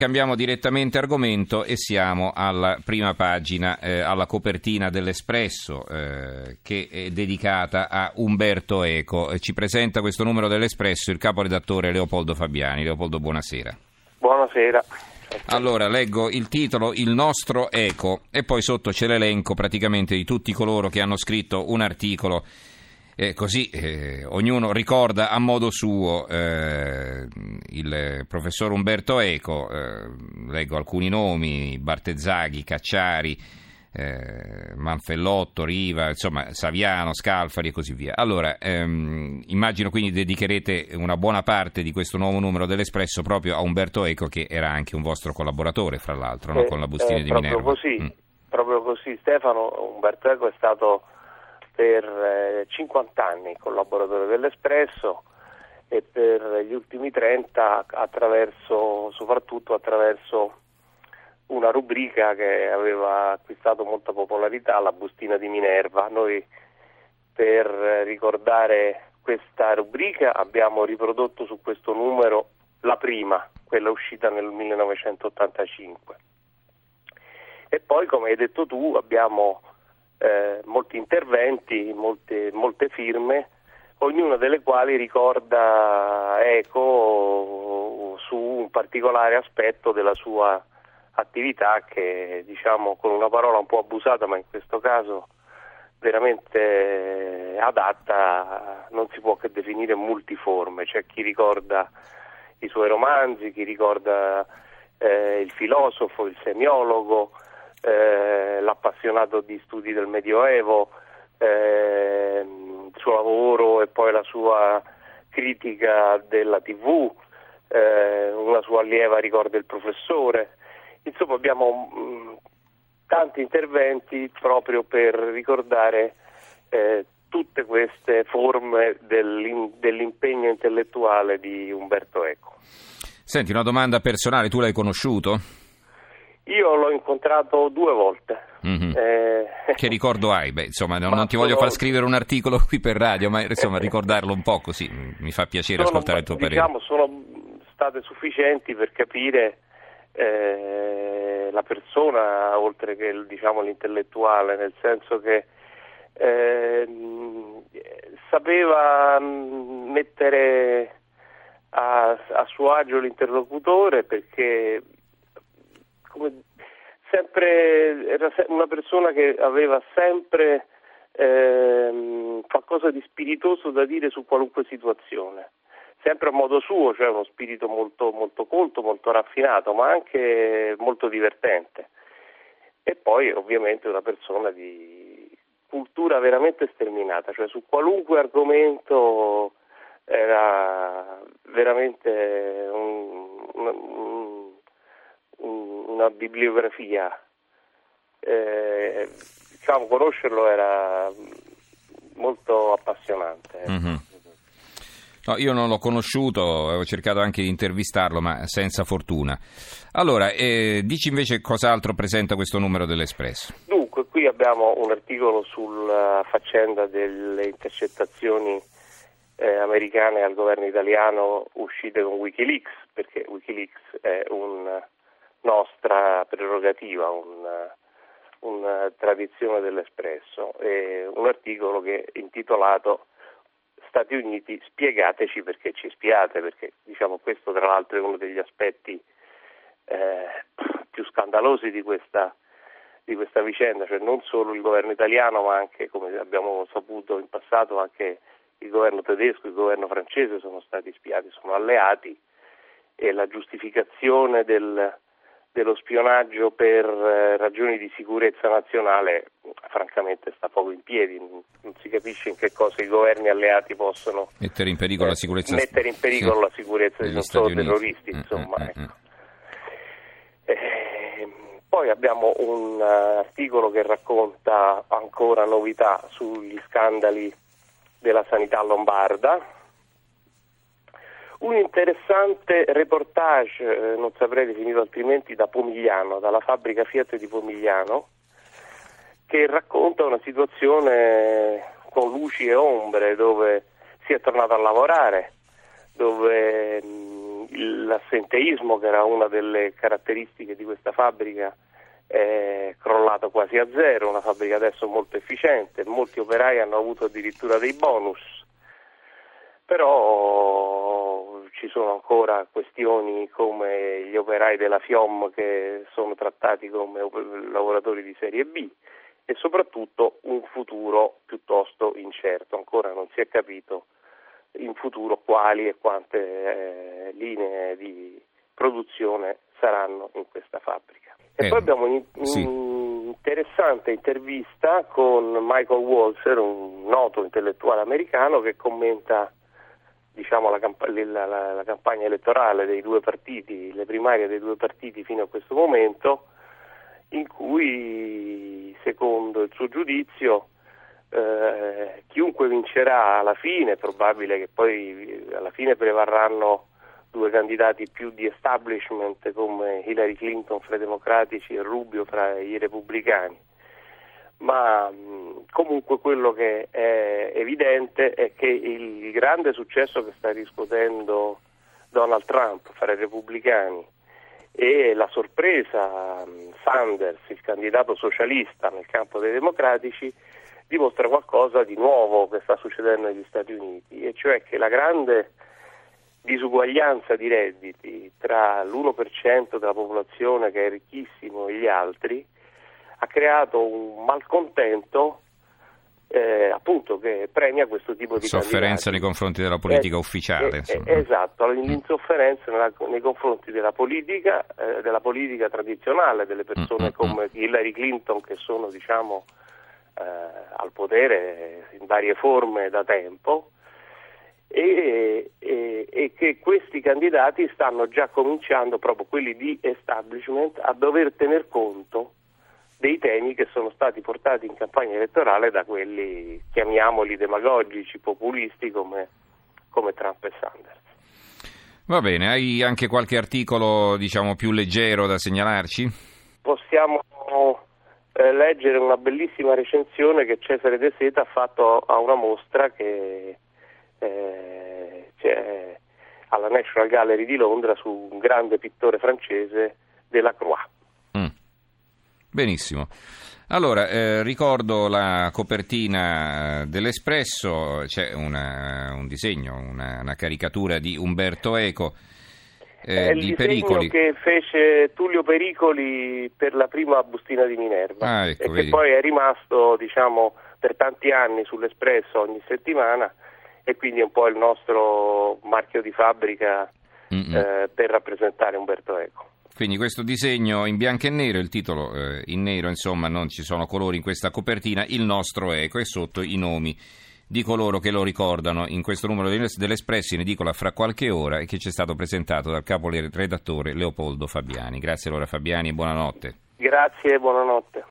Cambiamo direttamente argomento e siamo alla prima pagina, alla copertina dell'Espresso, che è dedicata a Umberto Eco. Ci presenta questo numero dell'Espresso il caporedattore Leopoldo Fabiani. Leopoldo, buonasera. Buonasera. Allora, leggo il titolo Il nostro Eco e poi sotto c'è l'elenco praticamente di tutti coloro che hanno scritto un articolo. Così ognuno ricorda a modo suo il professor Umberto Eco. Leggo alcuni nomi: Bartezzaghi, Cacciari, Manfellotto, Riva, insomma Saviano, Scalfari e così via. Allora, immagino quindi dedicherete una buona parte di questo nuovo numero dell'Espresso proprio a Umberto Eco, che era anche un vostro collaboratore, fra l'altro, no? Con la bustina di Minerva. Proprio così, Stefano. Umberto Eco è stato per 50 anni collaboratore dell'Espresso e per gli ultimi 30 soprattutto attraverso una rubrica che aveva acquistato molta popolarità, la bustina di Minerva. Noi, per ricordare questa rubrica, abbiamo riprodotto su questo numero la prima, quella uscita nel 1985. E poi, come hai detto tu, abbiamo molti interventi, molte firme, ognuna delle quali ricorda Eco su un particolare aspetto della sua attività che, diciamo, con una parola un po' abusata, ma in questo caso veramente adatta, non si può che definire multiforme. C'è chi ricorda i suoi romanzi, chi ricorda il filosofo, il semiologo, l'appassionato di studi del Medioevo, il suo lavoro e poi la sua critica della TV, una sua allieva ricorda il professore. Insomma, abbiamo tanti interventi proprio per ricordare tutte queste forme dell'impegno intellettuale di Umberto Eco. Senti, una domanda personale: tu l'hai conosciuto? Io l'ho incontrato 2 volte. Mm-hmm. Che ricordo hai? Beh, insomma, non ti voglio far scrivere un articolo qui per radio, ma insomma ricordarlo un po', così mi fa piacere ascoltare il tuo parere. Sono state sufficienti per capire la persona, oltre che l'intellettuale, nel senso che sapeva mettere a suo agio l'interlocutore, perché era una persona che aveva sempre qualcosa di spiritoso da dire su qualunque situazione, sempre a modo suo, cioè uno spirito molto, molto colto, molto raffinato, ma anche molto divertente. E poi ovviamente una persona di cultura veramente sterminata, cioè su qualunque argomento era veramente una bibliografia. Conoscerlo era molto appassionante. Mm-hmm. No, io non l'ho conosciuto, ho cercato anche di intervistarlo, ma senza fortuna. Allora, dici invece cos'altro presenta questo numero dell'Espresso? Dunque, qui abbiamo un articolo sulla faccenda delle intercettazioni americane al governo italiano uscite con Wikileaks, perché Wikileaks è una nostra prerogativa, una tradizione dell'Espresso, e un articolo che è intitolato Stati Uniti, spiegateci perché ci spiate, perché questo tra l'altro è uno degli aspetti più scandalosi di questa vicenda, cioè non solo il governo italiano, ma anche, come abbiamo saputo in passato, anche il governo tedesco, il governo francese sono stati spiati, sono alleati, e la giustificazione dello spionaggio per ragioni di sicurezza nazionale francamente sta poco in piedi. Non si capisce in che cosa i governi alleati possono mettere in pericolo la sicurezza, la sicurezza di non solo terroristi, insomma. Poi abbiamo un articolo che racconta ancora novità sugli scandali della sanità lombarda. Un interessante reportage, non saprei definirlo altrimenti, da Pomigliano, dalla fabbrica Fiat di Pomigliano, che racconta una situazione con luci e ombre, dove si è tornato a lavorare, dove l'assenteismo, che era una delle caratteristiche di questa fabbrica, è crollato quasi a zero, una fabbrica adesso molto efficiente, molti operai hanno avuto addirittura dei bonus, però ci sono ancora questioni come gli operai della FIOM che sono trattati come lavoratori di serie B e soprattutto un futuro piuttosto incerto, ancora non si è capito in futuro quali e quante linee di produzione saranno in questa fabbrica. E poi abbiamo un'interessante intervista con Michael Walzer, un noto intellettuale americano che commenta la campagna elettorale dei due partiti, le primarie dei due partiti fino a questo momento, in cui, secondo il suo giudizio, chiunque vincerà alla fine, è probabile che poi alla fine prevarranno due candidati più di establishment come Hillary Clinton fra i democratici e Rubio fra i repubblicani, ma comunque quello che è evidente è che il grande successo che sta riscuotendo Donald Trump fra i repubblicani e la sorpresa Sanders, il candidato socialista nel campo dei democratici, dimostra qualcosa di nuovo che sta succedendo negli Stati Uniti, e cioè che la grande disuguaglianza di redditi tra l'1% della popolazione che è ricchissimo e gli altri ha creato un malcontento appunto che premia questo tipo di sofferenza nei confronti della politica ufficiale. Esatto, l'insofferenza nei confronti della politica tradizionale, delle persone come Hillary Clinton, che sono al potere in varie forme da tempo, e che questi candidati stanno già cominciando, proprio quelli di establishment, a dover tener conto dei temi che sono stati portati in campagna elettorale da quelli, chiamiamoli demagogici, populisti come Trump e Sanders. Va bene, hai anche qualche articolo più leggero da segnalarci? Possiamo leggere una bellissima recensione che Cesare De Seta ha fatto a una mostra che c'è alla National Gallery di Londra su un grande pittore francese, Delacroix. Benissimo. Allora, ricordo la copertina dell'Espresso, c'è un disegno, una caricatura di Umberto Eco, di Pericoli. Che fece Tullio Pericoli per la prima bustina di Minerva, ecco, e vedi. che poi è rimasto per tanti anni sull'Espresso ogni settimana, e quindi è un po' il nostro marchio di fabbrica per rappresentare Umberto Eco. Quindi questo disegno in bianco e nero, il titolo in nero, insomma non ci sono colori in questa copertina, il nostro Eco, e sotto i nomi di coloro che lo ricordano in questo numero dell'Espresso, in edicola fra qualche ora, e che ci è stato presentato dal capo redattore Leopoldo Fabiani. Grazie allora Fabiani e buonanotte. Grazie e buonanotte.